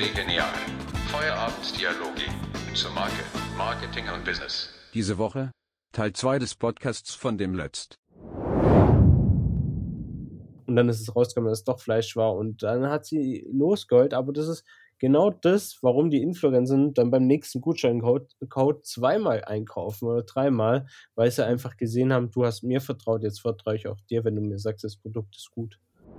Daily Genial. Feierabenddialoge zur Marke, Marketing und Business. Diese Woche Teil 2 des Podcasts von dem Letzt. Und dann ist es rausgekommen, dass es doch Fleisch war. Und dann hat sie losgeheult. Aber das ist genau das, warum die Influencer dann beim nächsten Gutscheincode zweimal einkaufen oder dreimal, weil sie einfach gesehen haben, du hast mir vertraut, jetzt vertraue ich auch dir, wenn du mir sagst, das Produkt ist gut.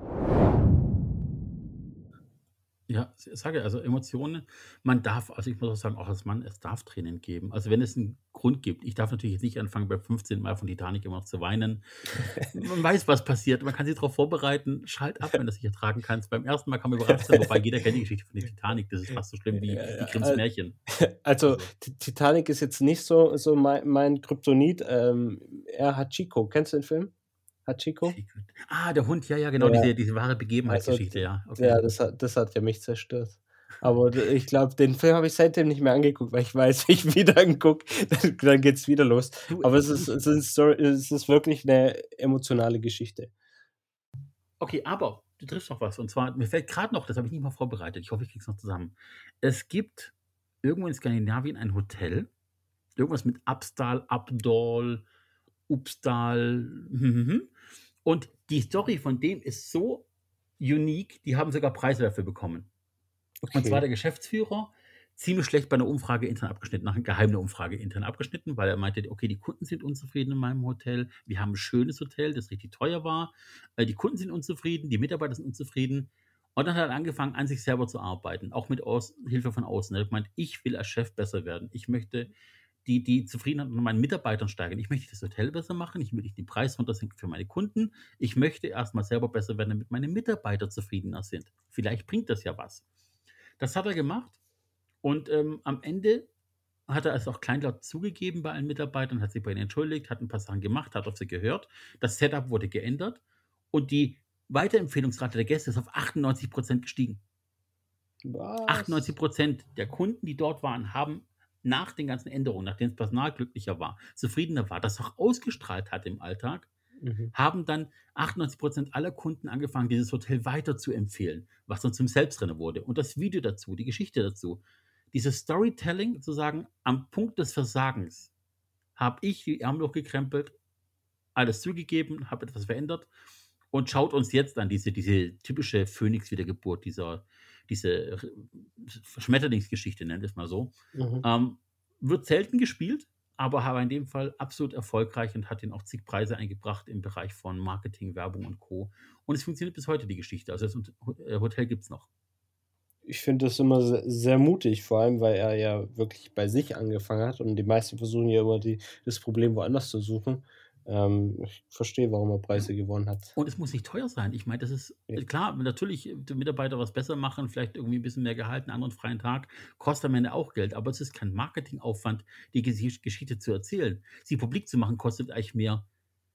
Ja, ich sage also Emotionen, man darf, also ich muss auch sagen, auch als Mann, es darf Tränen geben. Also wenn es einen Grund gibt. Ich darf natürlich jetzt nicht anfangen, beim 15. Mal von Titanic immer noch zu weinen. Man weiß, was passiert. Man kann sich darauf vorbereiten. Schalt ab, wenn du das nicht ertragen kannst. Beim ersten Mal kann man überrascht sein, wobei jeder kennt die Geschichte von der Titanic. Das ist fast so schlimm wie Grimms Märchen. Also Titanic ist jetzt nicht so mein Kryptonit. Er Hachiko, kennst du den Film? Hachiko? Ah, der Hund, ja, genau, Ja. diese wahre Begebenheitsgeschichte, ja. Okay. Ja, das hat ja mich zerstört. Aber ich glaube, den Film habe ich seitdem nicht mehr angeguckt, weil ich weiß, wenn ich wieder angucke, dann geht es wieder los. Aber es ist wirklich eine emotionale Geschichte. Okay, aber du triffst noch was. Und zwar, mir fällt gerade noch, das habe ich nicht mal vorbereitet. Ich hoffe, ich krieg's noch zusammen. Es gibt irgendwo in Skandinavien ein Hotel. Irgendwas mit Abstal, Abdal, Upstal. Und die Story von dem ist so unique, die haben sogar Preise dafür bekommen. Okay. Und zwar der Geschäftsführer ziemlich schlecht bei einer Umfrage intern abgeschnitten, nach einer geheimen Umfrage intern abgeschnitten, weil er meinte, okay, die Kunden sind unzufrieden in meinem Hotel, wir haben ein schönes Hotel, das richtig teuer war, die Kunden sind unzufrieden, die Mitarbeiter sind unzufrieden. Und dann hat er angefangen, an sich selber zu arbeiten, auch mit Hilfe von außen. Er hat gemeint, ich will als Chef besser werden. Ich möchte die Zufriedenheit von meinen Mitarbeitern steigern. Ich möchte das Hotel besser machen. Ich möchte den Preis runtersenken für meine Kunden. Ich möchte erstmal selber besser werden, damit meine Mitarbeiter zufriedener sind. Vielleicht bringt das ja was. Das hat er gemacht. Und am Ende hat er es auch kleinlaut zugegeben bei allen Mitarbeitern, hat sich bei ihnen entschuldigt, hat ein paar Sachen gemacht, hat auf sie gehört. Das Setup wurde geändert und die Weiterempfehlungsrate der Gäste ist auf 98% gestiegen. Was? 98% der Kunden, die dort waren, haben nach den ganzen Änderungen, nachdem das Personal glücklicher war, zufriedener war, das auch ausgestrahlt hat im Alltag, haben dann 98% aller Kunden angefangen, dieses Hotel weiter zu empfehlen, was dann zum Selbstrenner wurde. Und das Video dazu, die Geschichte dazu, dieses Storytelling, sozusagen am Punkt des Versagens, habe ich die Ärmel hochgekrempelt, alles zugegeben, habe etwas verändert und schaut uns jetzt an, diese typische Phönix-Wiedergeburt, diese Schmetterlingsgeschichte, nennen wir es mal so. Wird selten gespielt, aber war in dem Fall absolut erfolgreich und hat ihn auch zig Preise eingebracht im Bereich von Marketing, Werbung und Co. Und es funktioniert bis heute, die Geschichte. Also das Hotel gibt es noch. Ich finde das immer sehr mutig, vor allem, weil er ja wirklich bei sich angefangen hat und die meisten versuchen ja immer das Problem woanders zu suchen. Ich verstehe, warum er Preise gewonnen hat. Und es muss nicht teuer sein. Ich meine, das ist klar, natürlich die Mitarbeiter was besser machen, vielleicht irgendwie ein bisschen mehr Gehalt, einen anderen freien Tag, kostet am Ende auch Geld, aber es ist kein Marketingaufwand, die Geschichte zu erzählen. Sie publik zu machen, kostet eigentlich mehr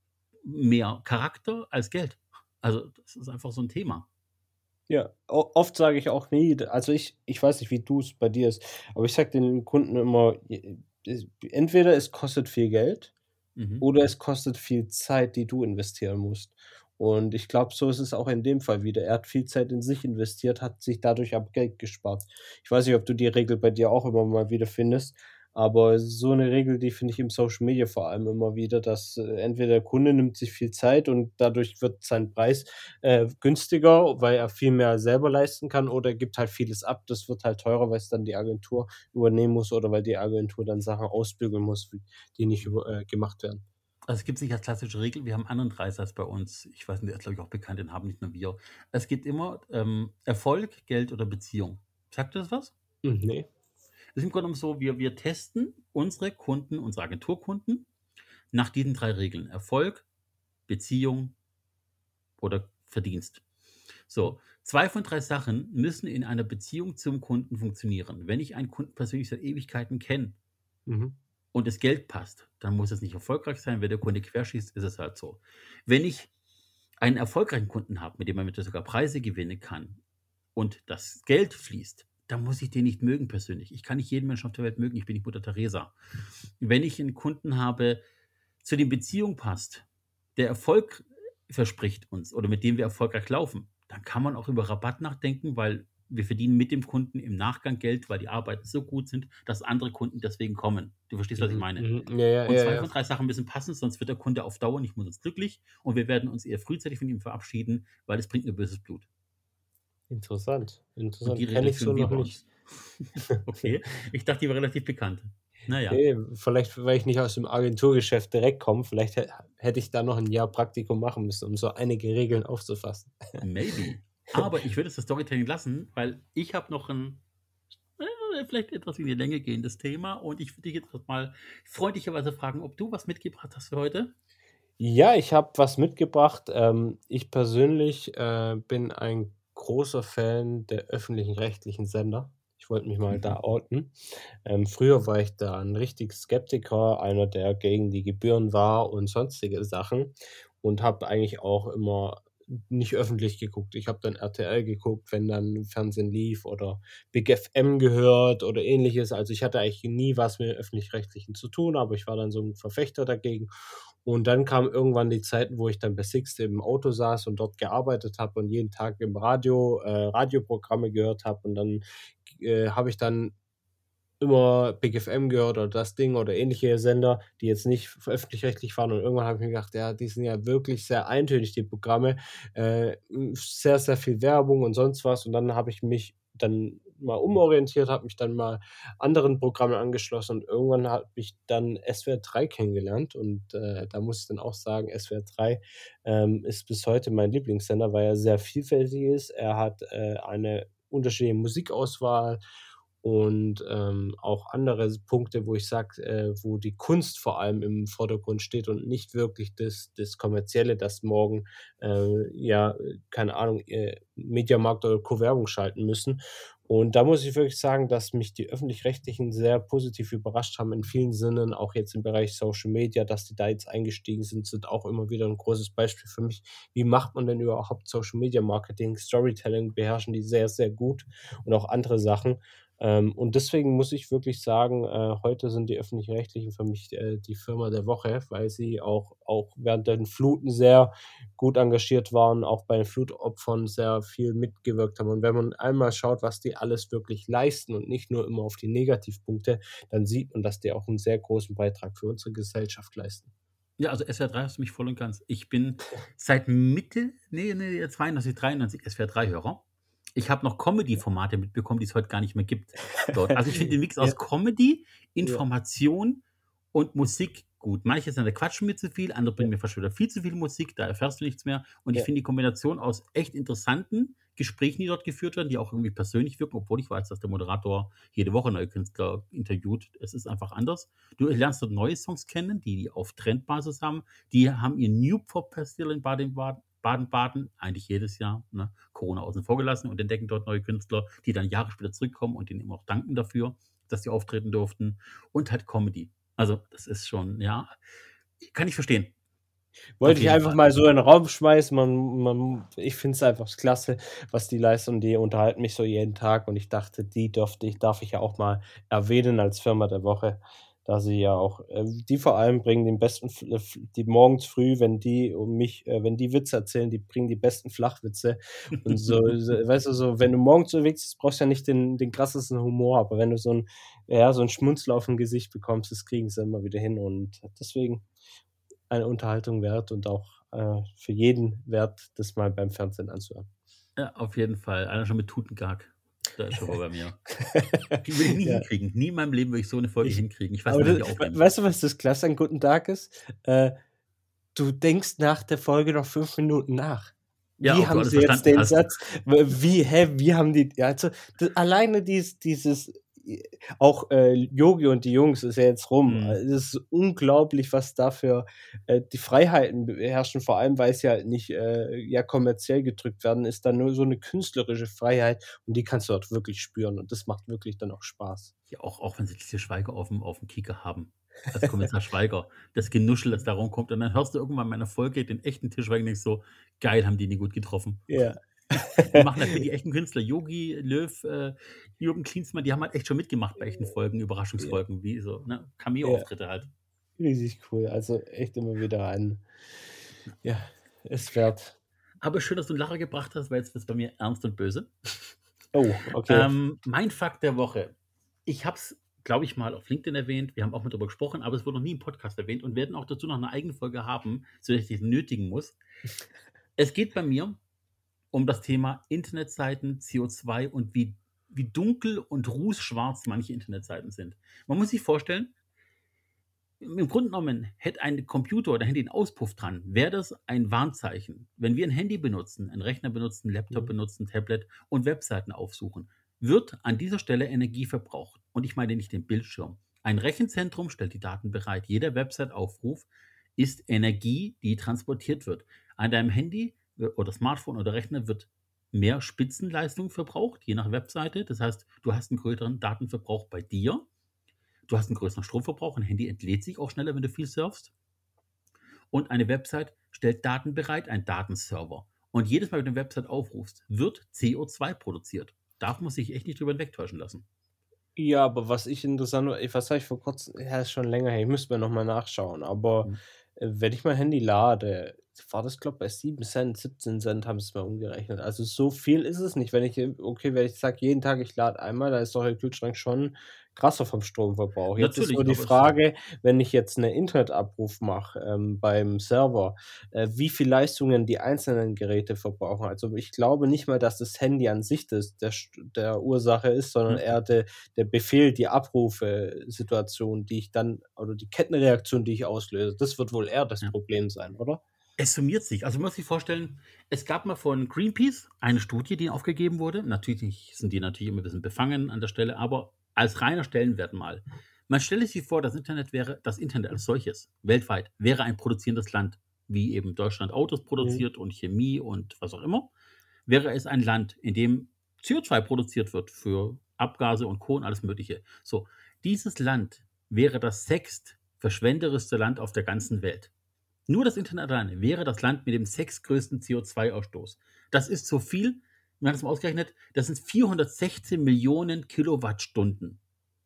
Charakter als Geld. Also das ist einfach so ein Thema. Ja, oft sage ich auch nie, also ich weiß nicht, wie du es bei dir ist, aber ich sage den Kunden immer, entweder es kostet viel Geld oder es kostet viel Zeit, die du investieren musst. Und ich glaube, so ist es auch in dem Fall wieder. Er hat viel Zeit in sich investiert, hat sich dadurch aber Geld gespart. Ich weiß nicht, ob du die Regel bei dir auch immer mal wieder findest, aber so eine Regel, die finde ich im Social Media vor allem immer wieder, dass entweder der Kunde nimmt sich viel Zeit und dadurch wird sein Preis günstiger, weil er viel mehr selber leisten kann, oder er gibt halt vieles ab. Das wird halt teurer, weil es dann die Agentur übernehmen muss oder weil die Agentur dann Sachen ausbügeln muss, die nicht gemacht werden. Also es gibt nicht als klassische Regel, wir haben einen anderen Dreisatz bei uns. Ich weiß nicht, der ist glaube ich auch bekannt, den haben nicht nur wir. Es gibt immer Erfolg, Geld oder Beziehung. Sagt dir das was? Nee. Das ist im Grunde genommen so, wir testen unsere Kunden, unsere Agenturkunden nach diesen 3 Regeln. Erfolg, Beziehung oder Verdienst. So, 2 von 3 Sachen müssen in einer Beziehung zum Kunden funktionieren. Wenn ich einen Kunden persönlich seit Ewigkeiten kenne und das Geld passt, dann muss es nicht erfolgreich sein. Wenn der Kunde querschießt, ist es halt so. Wenn ich einen erfolgreichen Kunden habe, mit dem man sogar Preise gewinnen kann und das Geld fließt, dann muss ich den nicht mögen persönlich. Ich kann nicht jeden Menschen auf der Welt mögen. Ich bin nicht Mutter Teresa. Wenn ich einen Kunden habe, zu dem Beziehung passt, der Erfolg verspricht uns oder mit dem wir erfolgreich laufen, dann kann man auch über Rabatt nachdenken, weil wir verdienen mit dem Kunden im Nachgang Geld, weil die Arbeiten so gut sind, dass andere Kunden deswegen kommen. Du verstehst, was ich meine. Ja, Und ja, 2 ja. von 3 Sachen müssen passen, sonst wird der Kunde auf Dauer nicht mit uns glücklich und wir werden uns eher frühzeitig von ihm verabschieden, weil es bringt nur böses Blut. Interessant. Und die Interessant. Regel Kenne ich so führen wir noch bei nicht. uns. Okay, ich dachte, die war relativ bekannt. Naja, Nee, vielleicht, weil ich nicht aus dem Agenturgeschäft direkt komme, vielleicht hätte ich da noch ein Jahr Praktikum machen müssen, um so einige Regeln aufzufassen. maybe. Aber ich würde es das Storytelling lassen, weil ich habe noch ein vielleicht etwas in die Länge gehendes Thema und ich würde dich jetzt mal freundlicherweise fragen, ob du was mitgebracht hast für heute? Ja, ich habe was mitgebracht. Ich persönlich, bin ein großer Fan der öffentlich-rechtlichen Sender. Ich wollte mich mal da Mhm. outen. Früher war ich da ein richtig Skeptiker, einer, der gegen die Gebühren war und sonstige Sachen und habe eigentlich auch immer nicht öffentlich geguckt. Ich habe dann RTL geguckt, wenn dann Fernsehen lief oder Big FM gehört oder Ähnliches. Also, ich hatte eigentlich nie was mit Öffentlich-Rechtlichen zu tun, aber ich war dann so ein Verfechter dagegen. Und dann kamen irgendwann die Zeiten, wo ich dann bei Sixt im Auto saß und dort gearbeitet habe und jeden Tag im Radio Radioprogramme gehört habe und dann, habe ich dann immer Big FM gehört oder das Ding oder ähnliche Sender, die jetzt nicht öffentlich-rechtlich waren und irgendwann habe ich mir gedacht: „Ja, die sind ja wirklich sehr eintönig, die Programme, sehr, sehr viel Werbung und sonst was." Und dann habe ich mich dann mal umorientiert, habe mich dann mal anderen Programmen angeschlossen und irgendwann habe ich dann SWR 3 kennengelernt und, da muss ich dann auch sagen, SWR 3, ist bis heute mein Lieblingssender, weil er sehr vielfältig ist. Er hat, eine unterschiedliche Musikauswahl und, auch andere Punkte, wo ich sage, wo die Kunst vor allem im Vordergrund steht und nicht wirklich das Kommerzielle, das morgen, ja, keine Ahnung, Mediamarkt oder Co. Werbung schalten müssen. Und da muss ich wirklich sagen, dass mich die Öffentlich-Rechtlichen sehr positiv überrascht haben in vielen Sinnen, auch jetzt im Bereich Social Media, dass die da jetzt eingestiegen sind auch immer wieder ein großes Beispiel für mich. Wie macht man denn überhaupt Social Media Marketing? Storytelling beherrschen die sehr, sehr gut und auch andere Sachen. Und deswegen muss ich wirklich sagen, heute sind die Öffentlich-Rechtlichen für mich, die Firma der Woche, weil sie auch während den Fluten sehr gut engagiert waren, auch bei den Flutopfern sehr viel mitgewirkt haben. Und wenn man einmal schaut, was die alles wirklich leisten und nicht nur immer auf die Negativpunkte, dann sieht man, dass die auch einen sehr großen Beitrag für unsere Gesellschaft leisten. Ja, also SWR 3 hast du mich voll und ganz. Ich bin seit Mitte, 92, 93 SWR 3-Hörer. Ich habe noch Comedy-Formate mitbekommen, die es heute gar nicht mehr gibt dort. Also ich finde den Mix Ja, aus Comedy, ja, Information und Musik gut. Manche sind da quatschen mir zu viel, andere ja, bringen mir fast wieder viel zu viel Musik, da erfährst du nichts mehr. Und ich ja. finde die Kombination aus echt interessanten Gesprächen, die dort geführt werden, die auch irgendwie persönlich wirken, obwohl ich weiß, dass der Moderator jede Woche neue Künstler interviewt. Es ist einfach anders. Du lernst dort neue Songs kennen, die auf Trendbasis haben. Die haben ihr Newpop Festival in Baden-Baden, eigentlich jedes Jahr, ne? Corona außen vor gelassen und entdecken dort neue Künstler, die dann Jahre später zurückkommen und denen immer auch danken dafür, dass sie auftreten durften. Und halt Comedy. Also, das ist schon, ja, kann ich verstehen. Auf Wollte ich jeden einfach Fall. mal so in den Raum schmeißen. Ich finde es einfach klasse, was die leisten und die unterhalten mich so jeden Tag und ich dachte, darf ich ja auch mal erwähnen als Firma der Woche, da sie ja auch die vor allem bringen den besten die morgens früh, wenn die Witze erzählen, die bringen die besten Flachwitze und so weißt du, so, wenn du morgens unterwegs bist, brauchst du ja nicht den krassesten Humor, aber wenn du so 'n Schmunzler aufm Gesicht bekommst, das kriegen sie immer wieder hin und deswegen eine Unterhaltung wert und auch, für jeden wert, das mal beim Fernsehen anzuhören. Ja, auf jeden Fall. Einer schon mit Tutengag. Da ist schon mal bei mir. Die will ich nie Ja, hinkriegen. Nie in meinem Leben würde ich so eine Folge ich hinkriegen. Ich weiß aber nicht, wann das die aufnehmen. weißt du, was das Klasse an Guten Tag ist? Du denkst nach der Folge noch 5 Minuten nach. Ja, Wie ob du haben alles sie jetzt verstanden den hast. Satz wie haben die ja, also, alleine dieses auch, Yogi und die Jungs ist ja jetzt rum. Mhm. Es ist unglaublich, was da für, die Freiheiten herrschen, vor allem, weil es ja nicht, ja, kommerziell gedrückt werden, ist da nur so eine künstlerische Freiheit und die kannst du dort wirklich spüren und das macht wirklich dann auch Spaß. Ja, auch wenn sie Til Schweiger auf'm Kieker haben. Als Kommissar Schweiger, das Genuschel, das da rumkommt und dann hörst du irgendwann mal in 'ner Folge den echten Til Schweiger und denkst so: „Geil, haben die gut getroffen.“ Ja. Die machen das für die echten Künstler. Yogi Löw, Jürgen Klinsmann, die haben halt echt schon mitgemacht bei echten Folgen, Ja, Überraschungsfolgen, wie so, ne, ja, Cameo-Auftritte halt. riesig cool. Also, echt immer wieder ja, ist wert. Aber schön, dass du 'n Lacher gebracht hast, weil jetzt wird's bei mir ernst und böse. Oh, okay. Mein Fakt der Woche. Ich habe es, glaube ich, mal auf LinkedIn erwähnt. Wir haben auch mal darüber gesprochen, aber es wurde noch nie im Podcast erwähnt und werden auch dazu noch eine eigene Folge haben, sodass ich es nötigen muss. Es geht bei mir um das Thema Internetseiten, CO2 und wie dunkel und rußschwarz manche Internetseiten sind. Man muss sich vorstellen, im Grunde genommen hätte ein Computer oder Handy einen Auspuff dran, wäre das ein Warnzeichen. Wenn wir ein Handy benutzen, einen Rechner benutzen, einen Laptop Mhm. benutzen, Tablet und Webseiten aufsuchen, wird an dieser Stelle Energie verbraucht. Und ich meine nicht den Bildschirm. Ein Rechenzentrum stellt die Daten bereit. Jeder Website-Aufruf ist Energie, die transportiert wird. An deinem Handy oder Smartphone oder Rechner wird mehr Spitzenleistung verbraucht, je nach Webseite. Das heißt, du hast einen größeren Datenverbrauch bei dir. Du hast einen größeren Stromverbrauch, ein Handy entlädt sich auch schneller, wenn du viel surfst. Und eine Website stellt Daten bereit, ein Datenserver. Und jedes Mal, wenn du eine Website aufrufst, wird CO2 produziert. Darf man sich echt nicht drüber hinwegtäuschen lassen. Ja, aber was ich interessant was habe ich vor kurzem ist schon länger her, ich müsste mir noch mal nachschauen, aber, Mhm. wenn ich mein Handy lade, war das, glaube bei 7 Cent, 17 Cent haben sie's mal umgerechnet. Also, so viel ist es nicht. Wenn ich wenn ich sage, jeden Tag ich lade einmal, da ist doch der Kühlschrank schon krasser vom Stromverbrauch. Jetzt ist nur Natürlich, die aber es Frage, wenn ich jetzt 'ne Internetabruf mache, beim Server, wie viel Leistungen die einzelnen Geräte verbrauchen. Also, ich glaube nicht mal, dass das Handy an sich der Ursache ist, sondern eher der Befehl, die Abrufesituation, die ich dann oder die Kettenreaktion, die ich auslöse. Das wird wohl eher das ja. Problem sein, oder? Es summiert sich. Also, man muss sich vorstellen, es gab mal von Greenpeace eine Studie, die aufgegeben wurde. Natürlich sind die natürlich immer ein bisschen befangen an der Stelle, aber als reiner Stellenwert mal. Man stelle sich vor, das Internet als solches weltweit wäre ein produzierendes Land, wie eben Deutschland Autos Mhm. produziert und Chemie und was auch immer. Wäre es ein Land, in dem CO2 produziert wird für Abgase und Co. und alles Mögliche. So, dieses Land wäre das sechstverschwenderischste Land auf der ganzen Welt. Nur das Internet alleine wäre das Land mit dem sechstgrößten CO2-Ausstoß. Das ist so viel, man hat es mal ausgerechnet, das sind 416 Millionen Kilowattstunden.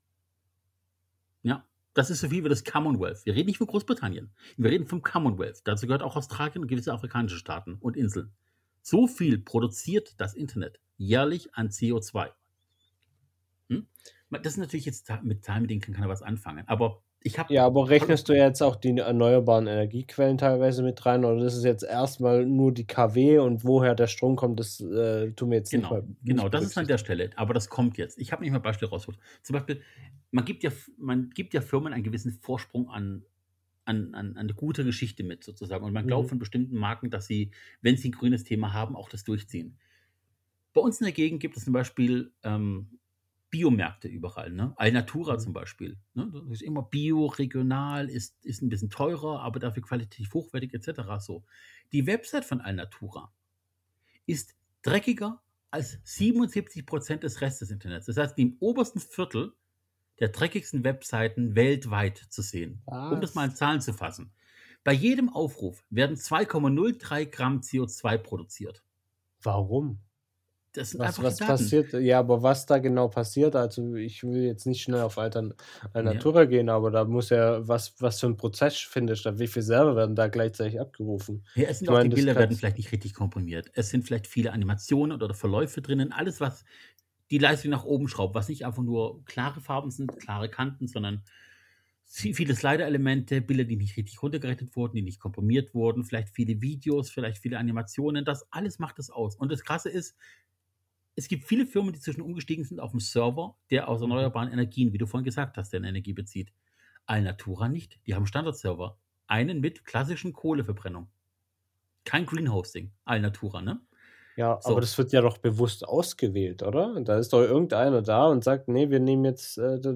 Ja, das ist so viel wie das Commonwealth. Wir reden nicht von Großbritannien. Wir reden vom Commonwealth. Dazu gehört auch Australien und gewisse afrikanische Staaten und Inseln. So viel produziert das Internet jährlich an CO2. Hm? Das ist natürlich jetzt mit Zahlen, mit denen kann keiner was anfangen. Aber ich habe Ja, aber tolle. rechnest du jetzt auch die erneuerbaren Energiequellen teilweise mit rein oder ist es jetzt erst mal nur die kW und woher der Strom kommt, das, tun wir jetzt Genau, nicht genau, das ist an der berücksichtigen? Stelle, aber das kommt jetzt. Ich habe nämlich mal Beispiele rausgeholt. Zum Beispiel, man gibt ja Firmen einen gewissen Vorsprung an 'ne gute Geschichte mit sozusagen und man glaubt Mhm, von bestimmten Marken, dass sie, wenn sie 'n grünes Thema haben, auch das durchziehen. Bei uns in der Gegend gibt es zum Beispiel, Biomärkte überall, ne? Alnatura mhm. zum Beispiel, ne? Das ist immer Bio, regional, ist 'n bisschen teurer, aber dafür qualitativ hochwertig et cetera so. Die Website von Alnatura ist dreckiger als 77% des Restes des Internets. Das heißt, im obersten Viertel der dreckigsten Webseiten weltweit zu sehen. Um das mal in Was? Zahlen zu fassen. Bei jedem Aufruf werden 2,03 Gramm CO2 produziert. Warum? Das sind Was einfach die was Daten. passiert ja, aber was da genau passiert, also, ich will jetzt nicht schnell auf Ja, Alnatura gehen, aber da muss ja was für 'n Prozess findet statt? Wie viele Server werden da gleichzeitig abgerufen? ja, es Ich sind auch die meine, das Bilder werden kann's vielleicht nicht richtig komprimiert. Es sind vielleicht viele Animationen oder Verläufe drinnen. Alles, was die Leistung nach oben schraubt, was nicht einfach nur klare Farben sind, klare Kanten, sondern viele Slider-Elemente, Bilder, die nicht richtig runtergerechnet wurden, die nicht komprimiert wurden, vielleicht viele Videos, vielleicht viele Animationen. Das alles macht es aus. Und das Krasse ist, es gibt viele Firmen, die zwischen umgestiegen sind auf 'n Server, der aus mhm. erneuerbaren Energien, wie du vorhin gesagt hast, der Energie bezieht. Alnatura nicht. Die haben Standardserver. Einen mit klassischen Kohleverbrennung. Kein Greenhosting. Alnatura, ne? Ja, aber So. das wird ja doch bewusst ausgewählt, oder? Und da ist doch irgendeiner da und sagt: „Ne, wir nehmen jetzt,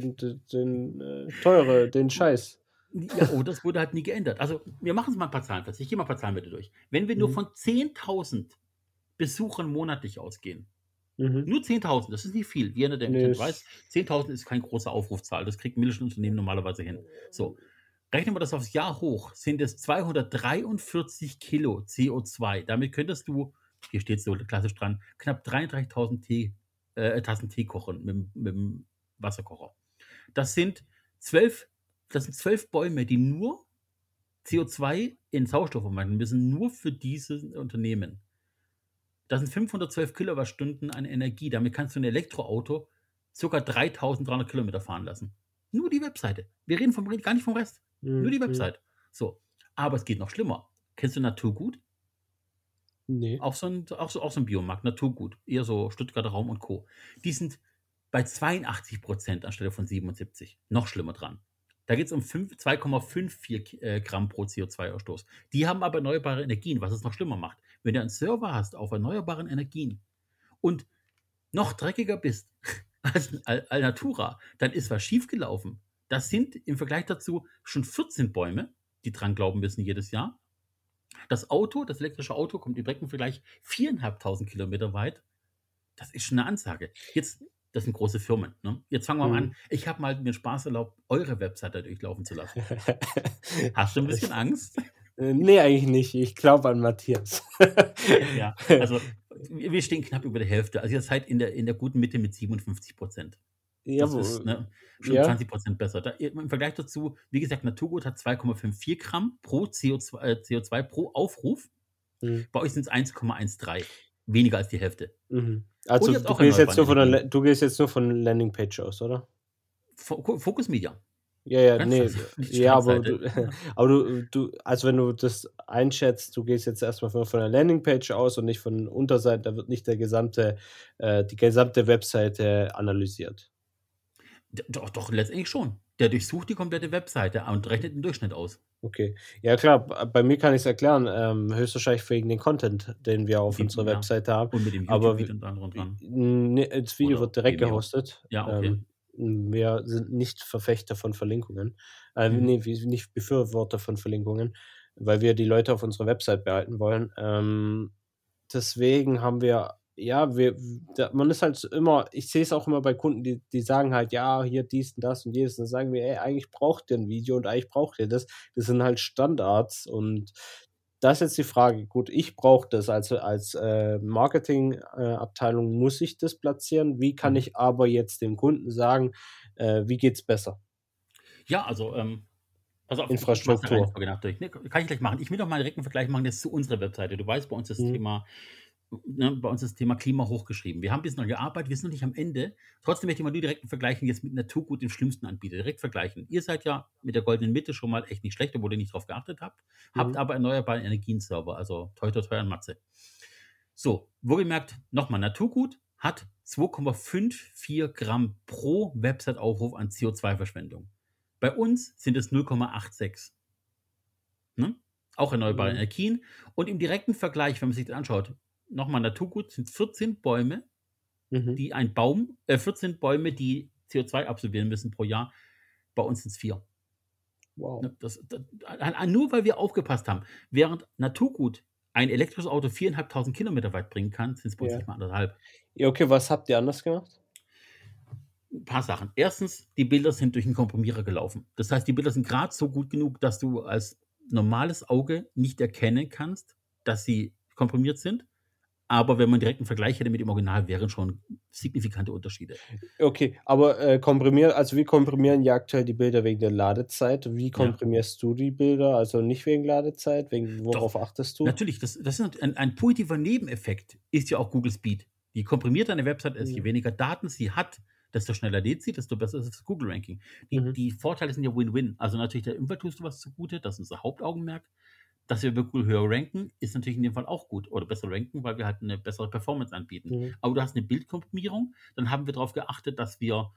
den Scheiß.“ Ja, oh, das wurde halt nie geändert. Also, wir machen es mal ein paar Zahlen fest. Ich gehe mal ein paar Zahlen mit dir durch. Wenn wir nur Mhm, von 10.000 Besuchern monatlich ausgehen, mhm. nur 10.000, das ist nicht viel. Jeder, der im Ne, Internet ist weiß, 10.000 ist keine große Aufrufzahl. Das kriegt 'n Mittelstandsunternehmen normalerweise hin. So, rechnen wir das aufs Jahr hoch, sind es 243 Kilo CO2. Damit könntest du, hier steht so klassisch dran, knapp 33.000 Tassen Tee kochen mit'm Wasserkocher. Das sind 12 das sind 12 Bäume, die nur CO2 in Sauerstoff umwandeln müssen, nur für dieses Unternehmen. Das sind 512 Kilowattstunden an Energie. Damit kannst du ein Elektroauto ca. 3.300 Kilometer fahren lassen. Nur die Webseite. Wir reden gar nicht vom Rest. Nur die Webseite. So. Aber es geht noch schlimmer. Kennst du Naturgut? Nee. Auch so ein Biomarkt, Naturgut. Eher so Stuttgarter Raum und Co. Die sind bei 82% anstelle von 77. Noch schlimmer dran. Da geht es um 2,54 Gramm pro CO2-Ausstoß. Die haben aber erneuerbare Energien, was es noch schlimmer macht. Wenn du einen Server hast auf erneuerbaren Energien und noch dreckiger bist als Alnatura, dann ist was schiefgelaufen. Das sind im Vergleich dazu schon 14 Bäume, die dran glauben müssen jedes Jahr. Das elektrische Auto kommt im direkten Vergleich 4.500 Kilometer weit. Das ist schon eine Ansage. Jetzt, das sind große Firmen. Ne? Jetzt fangen wir mal an. Ich habe mal mir Spaß erlaubt, eure Webseite durchlaufen zu lassen. Hast du ein bisschen Angst? Nee, eigentlich nicht. Ich glaube an Matthias. Ja, also wir stehen knapp über der Hälfte. Also ihr seid in der guten Mitte mit 57%. Ja, Das ist schon 20% besser. Im Vergleich dazu, wie gesagt, Naturgut hat 2,54 Gramm pro CO2 pro Aufruf. Bei euch sind es 1,13. Weniger als die Hälfte. Also du gehst jetzt nur von Landingpage aus, oder? Focus Media. Ja, Ganz nee. klassisch, nicht Ja, aber Startseite. du, also wenn du das einschätzt, du gehst jetzt erstmal von der Landingpage aus und nicht von Unterseite, da wird nicht die gesamte Webseite analysiert. Doch, letztendlich schon. Der durchsucht die komplette Webseite und rechnet den Durchschnitt aus. Okay. Ja klar, bei mir kann ich es erklären, höchstwahrscheinlich wegen dem Content, den wir auf unserer Webseite haben. Und mit dem Aber YouTube-Video und allem dran. das Video wird direkt gehostet. Ja, okay. Wir sind nicht Verfechter von Verlinkungen. Nee, wir sind nicht Befürworter von Verlinkungen, weil wir die Leute auf unserer Website behalten wollen. Deswegen haben wir, man ist halt immer, ich sehe es auch immer bei Kunden, die sagen halt, ja, hier dies und das und jedes. Dann sagen wir, ey, eigentlich braucht ihr ein Video und eigentlich braucht ihr das. Das sind halt Standards und das ist jetzt die Frage. Gut, ich brauche das als Marketing-Abteilung, muss ich das platzieren? Wie kann ich aber jetzt dem Kunden sagen, wie geht's besser? Ja, also Infrastruktur. Nee, kann ich gleich machen. Ich will doch mal direkt einen Vergleich machen jetzt zu unserer Webseite. Du weißt, bei uns das Thema Klima hochgeschrieben. Wir haben ein bisschen daran gearbeitet, wir sind noch nicht am Ende. Trotzdem möchte ich mal nur direkt vergleichen, jetzt mit Naturgut dem schlimmsten Anbieter. Direkt vergleichen. Ihr seid ja mit der goldenen Mitte schon mal echt nicht schlecht, obwohl ihr nicht drauf geachtet habt. Habt aber erneuerbare Energien-Server, also toi an Matze. So, wohlgemerkt, nochmal, Naturgut hat 2,54 Gramm pro Website-Aufruf an CO2-Verschwendung. Bei uns sind es 0,86. Ne? Auch erneuerbare Energien. Und im direkten Vergleich, wenn man sich das anschaut, nochmal Naturgut sind 14 Bäume, die 14 Bäume, die CO2 absorbieren müssen pro Jahr. Bei uns sind es 4. Wow. Nur weil wir aufgepasst haben. Während Naturgut ein elektrisches Auto 4.500 Kilometer weit bringen kann, sind es bei uns nicht mal 1,5. Ja, okay, was habt ihr anders gemacht? Ein paar Sachen. Erstens, die Bilder sind durch einen Komprimierer gelaufen. Das heißt, die Bilder sind gerade so gut genug, dass du als normales Auge nicht erkennen kannst, dass sie komprimiert sind. Aber wenn man direkt einen Vergleich hätte mit dem Original, wären schon signifikante Unterschiede. Okay, aber wie komprimieren ja aktuell die Bilder wegen der Ladezeit? Wie komprimierst du die Bilder? Also nicht wegen Ladezeit, worauf achtest du? Natürlich, das ist ein positiver Nebeneffekt, ist ja auch Google Speed. Je komprimierter eine Website ist, je weniger Daten sie hat, desto schneller lädt sie, desto besser ist das Google-Ranking. Die Vorteile sind ja Win-Win. Also natürlich der Umwelt tust du was zugute, das ist unser Hauptaugenmerk. Dass wir über Google höher ranken, ist natürlich in dem Fall auch gut. Oder besser ranken, weil wir halt eine bessere Performance anbieten. Aber du hast eine Bildkomprimierung, dann haben wir darauf geachtet, dass wir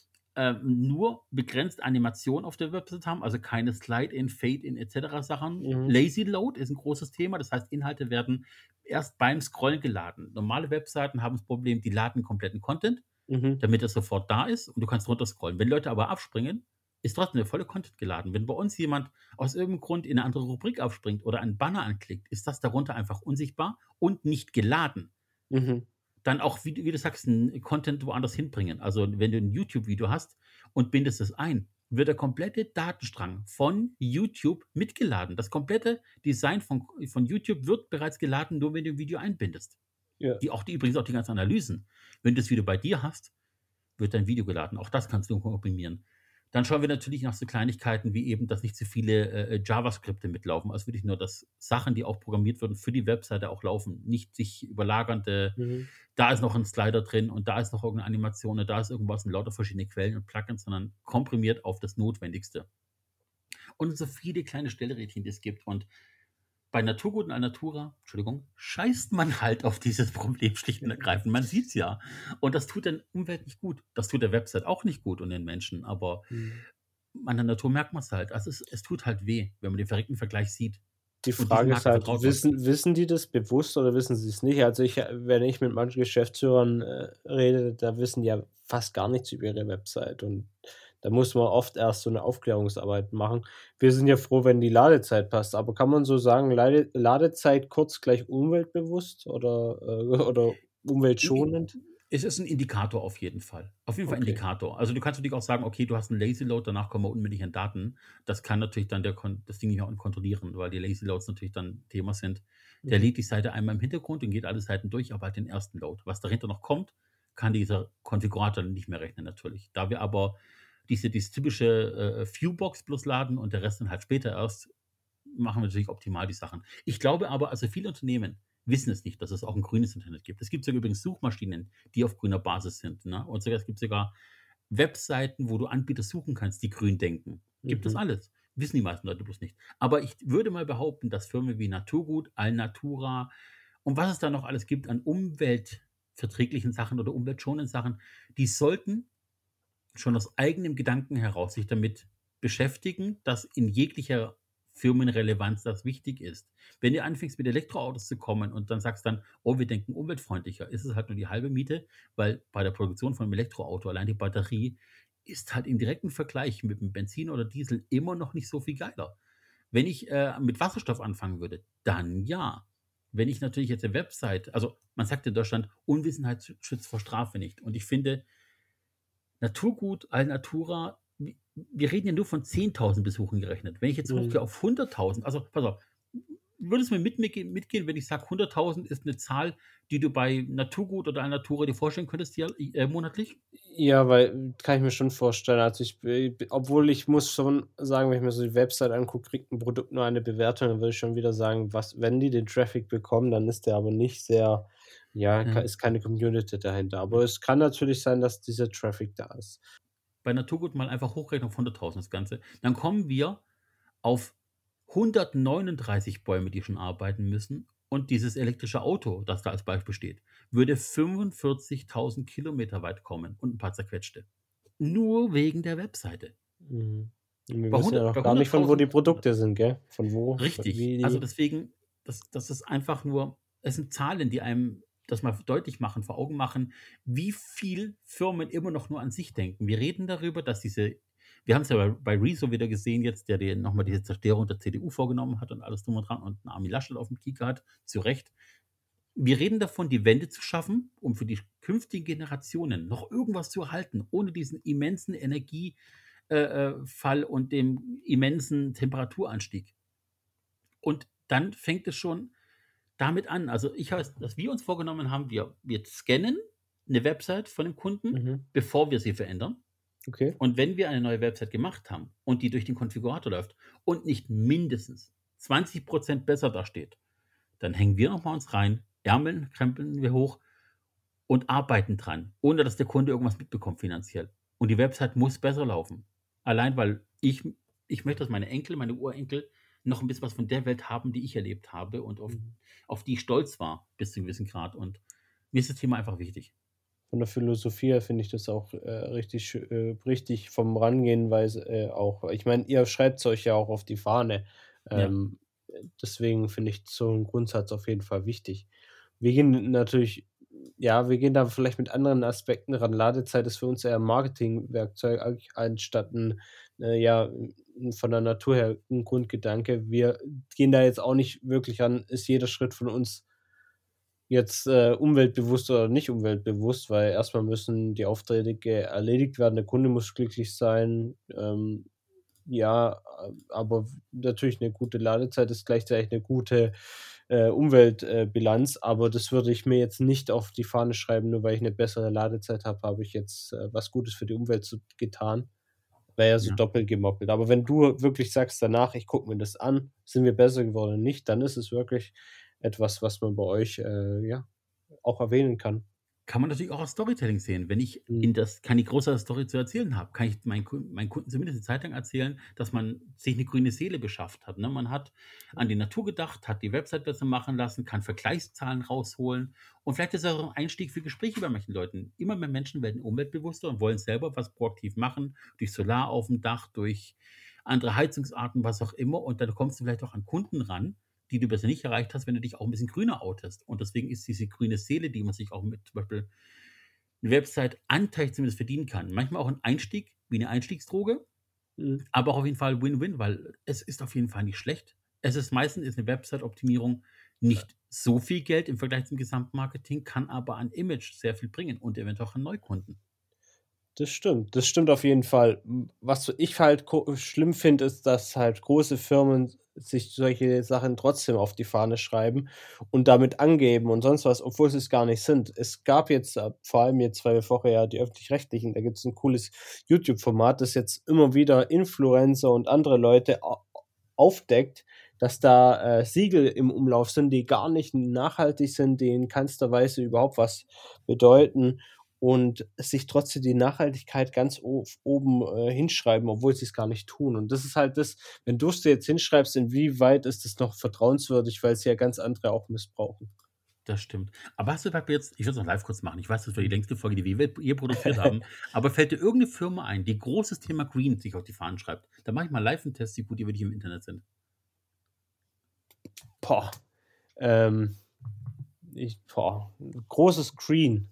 nur begrenzt Animation auf der Website haben, also keine Slide-In, Fade-In etc. Sachen. Lazy Load ist ein großes Thema, das heißt, Inhalte werden erst beim Scrollen geladen. Normale Webseiten haben das Problem, die laden kompletten Content, damit er sofort da ist und du kannst runter scrollen. Wenn Leute aber abspringen, ist trotzdem der volle Content geladen. Wenn bei uns jemand aus irgendeinem Grund in eine andere Rubrik abspringt oder einen Banner anklickt, ist das darunter einfach unsichtbar und nicht geladen. Dann auch, wie du sagst, einen Content woanders hinbringen. Also wenn du ein YouTube-Video hast und bindest es ein, wird der komplette Datenstrang von YouTube mitgeladen. Das komplette Design von YouTube wird bereits geladen, nur wenn du ein Video einbindest. Ja. Übrigens auch die ganzen Analysen. Wenn du das Video bei dir hast, wird dein Video geladen. Auch das kannst du komprimieren. Dann schauen wir natürlich nach so Kleinigkeiten wie eben, dass nicht zu viele JavaScripte mitlaufen. Also wirklich nur, dass Sachen, die auch programmiert wurden, für die Webseite auch laufen. Nicht sich überlagernde, Mhm. da ist noch ein Slider drin und da ist noch irgendeine Animation und da ist irgendwas und lauter verschiedene Quellen und Plugins, sondern komprimiert auf das Notwendigste. Und so viele kleine Stellrädchen, die es gibt. Und bei Naturgut und Alnatura, Entschuldigung, scheißt man halt auf dieses Problem schlicht und ergreifend. Man sieht es ja. Und das tut der Umwelt nicht gut. Das tut der Website auch nicht gut und den Menschen. Aber Mhm. an der Natur merkt man es halt. Also es tut halt weh, wenn man den verreckten Vergleich sieht. Die Und diese Frage ist Marke halt, vertraut man. wissen die das bewusst oder wissen sie es nicht? Also, wenn ich mit manchen Geschäftsführern, rede, da wissen die ja fast gar nichts über ihre Website und da muss man oft erst so 'ne Aufklärungsarbeit machen. Wir sind ja froh, wenn die Ladezeit passt, aber kann man so sagen, Ladezeit kurz gleich umweltbewusst oder umweltschonend? Es ist ein Indikator auf jeden Fall. Auf jeden Fall Okay. Indikator. Also, du kannst natürlich auch sagen: „Okay, du hast 'n Lazy Load, danach kommen wir unbedingt an Daten.“ Das kann natürlich dann das Ding nicht auch kontrollieren, weil die Lazy Loads natürlich dann Thema sind. Der Mhm. lädt die Seite einmal im Hintergrund und geht alle Seiten durch, aber halt den ersten Load. Was dahinter noch kommt, kann dieser Konfigurator nicht mehr rechnen natürlich. Da wir aber dieses typische, Viewbox bloß laden und der Rest dann halt später erst, machen wir natürlich optimal die Sachen. Ich glaube aber, also viele Unternehmen wissen es nicht, dass es auch ein grünes Internet gibt. Es gibt sogar übrigens Suchmaschinen, die auf grüner Basis sind, ne? Und sogar es gibt sogar Webseiten, wo du Anbieter suchen kannst, die grün denken. Gibt es Mhm. alles. Wissen die meisten Leute bloß nicht. Aber ich würde mal behaupten, dass Firmen wie Naturgut, Alnatura und was es da noch alles gibt an umweltverträglichen Sachen oder umweltschonenden Sachen, die sollten schon aus eigenem Gedanken heraus sich damit beschäftigen, dass in jeglicher Firmenrelevanz das wichtig ist. Wenn du anfängst, mit Elektroautos zu kommen und dann sagst dann: „Oh, wir denken umweltfreundlicher“, ist es halt nur die halbe Miete, weil bei der Produktion von 'nem Elektroauto allein die Batterie ist halt im direkten Vergleich mit dem Benzin oder Diesel immer noch nicht so viel geiler. Wenn ich, mit Wasserstoff anfangen würde, dann ja. Wenn ich natürlich jetzt 'ne Website, also, man sagt in Deutschland: „Unwissenheit schützt vor Strafe nicht.“ Und ich finde, Naturgut, Alnatura, wir reden ja nur von 10.000 Besuchen gerechnet. Wenn ich jetzt Mhm. hochgehe auf 100.000, also pass auf, würdest du mir mitgehen, wenn ich sage, 100.000 ist eine Zahl, die du bei Naturgut oder Alnatura dir vorstellen könntest, monatlich? Ja, weil kann ich mir schon vorstellen. Also, obwohl ich muss schon sagen, wenn ich mir so die Website angucke, kriegt 'n Produkt nur eine Bewertung, dann würde ich schon wieder sagen, was wenn die den Traffic bekommen, dann ist der aber nicht sehr ja, Ja. ist keine Community dahinter. Aber es kann natürlich sein, dass dieser Traffic da ist. Bei Naturgut mal einfach hochrechnen auf 100.000 das Ganze. Dann kommen wir auf 139 Bäume, die schon arbeiten müssen. Und dieses elektrische Auto, das da als Beispiel steht, würde 45.000 Kilometer weit kommen und ein paar zerquetschte. Nur wegen der Webseite. Mhm. Und wir Bei wissen ja noch bei gar nicht, von wo die 100.000 Produkte sind, gell? Von wo, richtig. wie Also, die deswegen, das ist einfach nur, es sind Zahlen, die einem das mal deutlich machen, vor Augen machen, wie viel Firmen immer noch nur an sich denken. Wir reden darüber, dass wir haben es ja bei Rezo wieder gesehen jetzt, der dir noch mal diese Zerstörung der CDU vorgenommen hat und alles drum und dran und 'n Armin Laschet auf dem Kieker hat, zu Recht. Wir reden davon, die Wende zu schaffen, um für die künftigen Generationen noch irgendwas zu erhalten, ohne diesen immensen Energie Fall und dem immensen Temperaturanstieg. Und dann fängt es schon damit an. Also, ich weiß, dass wir uns vorgenommen haben, wir scannen eine Website von dem Kunden, mhm, bevor wir sie verändern. okay. Und wenn wir eine neue Website gemacht haben und die durch den Konfigurator läuft und nicht mindestens 20 besser dasteht, dann hängen wir noch mal uns rein, Ärmel krempeln wir hoch und arbeiten dran, ohne dass der Kunde irgendwas mitbekommt finanziell. Und die Website muss besser laufen. Allein, weil ich möchte, dass meine Enkel, meine Urenkel noch ein bisschen was von der Welt haben, die ich erlebt habe und Mhm. auf die ich stolz war bis zu 'nem gewissen Grad. Und mir ist das Thema einfach wichtig. Von der Philosophie her finde ich das auch, richtig vom Rangehensweise, auch ich meine, ihr schreibt's euch ja auch auf die Fahne. Ja, Ähm, deswegen finde ich so 'n Grundsatz auf jeden Fall wichtig. Wir gehen natürlich ja, wir gehen da vielleicht mit anderen Aspekten ran. Ladezeit ist für uns eher 'n Marketingwerkzeug eigentlich anstatt 'n, ja, von der Natur her 'n Grundgedanke. Wir gehen da jetzt auch nicht wirklich ran, ist jeder Schritt von uns jetzt, umweltbewusst oder nicht umweltbewusst, weil erstmal müssen die Aufträge erledigt werden. Der Kunde muss glücklich sein. Ja, aber natürlich eine gute Ladezeit ist gleichzeitig eine gute, Umweltbilanz, Bilanz, aber das würde ich mir jetzt nicht auf die Fahne schreiben, nur weil ich eine bessere Ladezeit habe, habe ich jetzt, was Gutes für die Umwelt getan. Wäre ja so Ja. doppelt gemoppelt. Aber wenn du wirklich sagst danach, ich gucke mir das an, sind wir besser geworden oder nicht, dann ist es wirklich etwas, was man bei euch, ja, auch erwähnen kann. Kann man natürlich auch als Storytelling sehen. Wenn ich Mhm. keine große Story zu erzählen habe, kann ich meinen Kunden zumindest 'ne Zeit lang erzählen, dass man sich eine grüne Seele beschafft hat, ne? Man hat an die Natur gedacht, hat die Website besser machen lassen, kann Vergleichszahlen rausholen und vielleicht ist das auch 'n Einstieg für Gespräche bei manchen Leuten. Immer mehr Menschen werden umweltbewusster und wollen selber was proaktiv machen, durch Solar auf dem Dach, durch andere Heizungsarten, was auch immer. Und dann kommst du vielleicht auch an Kunden ran, die du bisher nicht erreicht hast, wenn du dich auch ein bisschen grüner outest. Und deswegen ist diese grüne Seele, die man sich auch mit zum Beispiel 'ne Website anteilig zumindest verdienen kann. Manchmal auch ein Einstieg wie eine Einstiegsdroge, Mhm. aber auch auf jeden Fall Win-Win, weil es ist auf jeden Fall nicht schlecht. Meistens ist 'ne Website-Optimierung nicht so viel Geld im Vergleich zum Gesamtmarketing, kann aber an Image sehr viel bringen und eventuell auch an Neukunden. Das stimmt auf jeden Fall. Was ich halt schlimm finde, ist, dass halt große Firmen sich solche Sachen trotzdem auf die Fahne schreiben und damit angeben und sonst was, obwohl sie es gar nicht sind. Es gab jetzt, vor allem jetzt, weil wir vorher ja die Öffentlich-Rechtlichen, da gibt's 'n cooles YouTube-Format, das jetzt immer wieder Influencer und andere Leute aufdeckt, dass da, Siegel im Umlauf sind, die gar nicht nachhaltig sind, die in keinster Weise überhaupt was bedeuten und sich trotzdem die Nachhaltigkeit ganz oben, hinschreiben, obwohl sie es gar nicht tun. Und das ist halt das, wenn du's dir jetzt hinschreibst, inwieweit ist das noch vertrauenswürdig, weil es ja ganz andere auch missbrauchen. Das stimmt. Aber hast du zum Beispiel jetzt ich würde es noch live kurz machen. Ich weiß, das war die längste Folge, die wir je produziert haben. Aber fällt dir irgendeine Firma ein, die großes Thema Green sich auf die Fahnen schreibt? Da mache ich mal live 'n Test, wie gut die wirklich im Internet sind. Boah, ähm, großes Screen.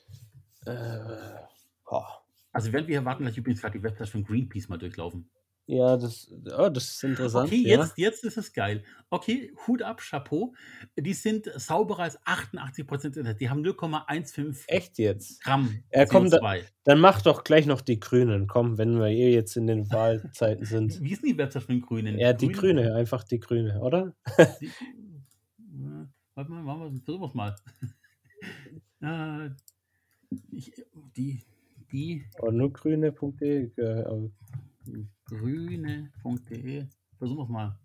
Boah. Also, während wir hier warten, lasse ich übrigens grad die Website von Greenpeace mal durchlaufen. Ja, das ist Okay, interessant, ja. jetzt ist es geil. Okay, Hut ab, Chapeau. Die sind sauberer als 88% Internet. Die haben 0,15 Echt jetzt? Gramm Ja, komm, CO2. dann mach doch gleich noch die Grünen, komm, wenn wir eh jetzt in den Wahlzeiten sind. Wie ist denn die Website von den Grünen? Ja, Die die Grünen, Grüne, einfach die Grüne, oder? die warte mal, versuchen wir's mal. Äh, ich die die Oder nur grüne.de, grüne.de. Versuchen wir's mal.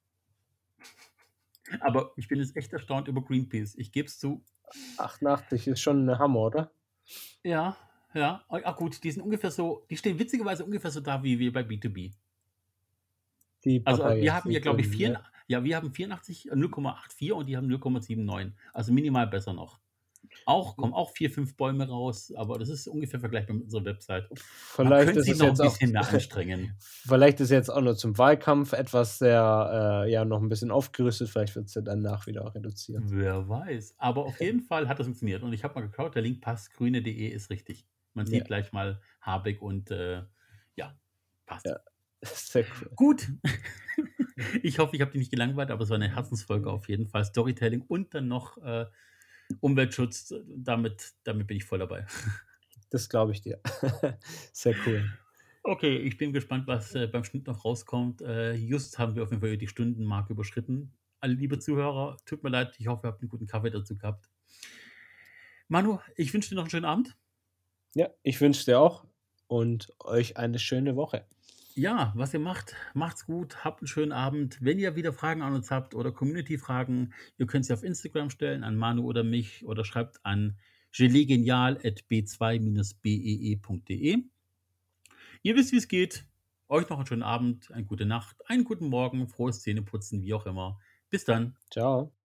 Aber ich bin jetzt echt erstaunt über Greenpeace. Ich gebe es zu. 88 ist schon 'ne Hammer, oder? Ja, ja. Gut, die sind ungefähr so die stehen witzigerweise ungefähr so da wie wir bei B2B. Die Also, wir Papayas, haben die ja, glaube ich, Grünen, ja. wir haben 84 0,84 und die haben 0,79. Also, minimal besser noch. Kommen auch 4, 5 Bäume raus, aber das ist ungefähr vergleichbar mit unserer Website. Man Vielleicht könnte ist sich es noch 'n jetzt auch bisschen mehr anstrengen. vielleicht ist jetzt auch nur zum Wahlkampf etwas sehr, ja, noch 'n bisschen aufgerüstet, vielleicht wird's ja danach wieder reduziert. Wer weiß. Aber auf jeden Fall hat das funktioniert und ich habe mal geschaut, der Link passt, grüne.de ist richtig. Man Ja, sieht gleich mal Habeck und, ja, passt. ja, sehr cool. Gut. Ich hoffe, ich habe dich nicht gelangweilt, aber es war eine Herzensfolge auf jeden Fall. Storytelling und dann noch, Umweltschutz. Damit bin ich voll dabei. Das glaube ich dir. Sehr cool. Okay, ich bin gespannt, was, beim Schnitt noch rauskommt. Just haben wir auf jeden Fall die Stundenmarke überschritten. Alle liebe Zuhörer, tut mir leid, ich hoffe, ihr habt einen guten Kaffee dazu gehabt. Manu, ich wünsche dir noch einen schönen Abend. Ja, ich wünsche dir auch und euch eine schöne Woche. Ja, was ihr macht, macht's gut, habt einen schönen Abend. Wenn ihr wieder Fragen an uns habt oder Community-Fragen, ihr könnt sie auf Instagram stellen, an Manu oder mich oder schreibt an gelegenial@b2-bee.de. Ihr wisst, wie es geht. Euch noch einen schönen Abend, eine gute Nacht, einen guten Morgen, frohes Zähneputzen, wie auch immer. Bis dann. Ciao.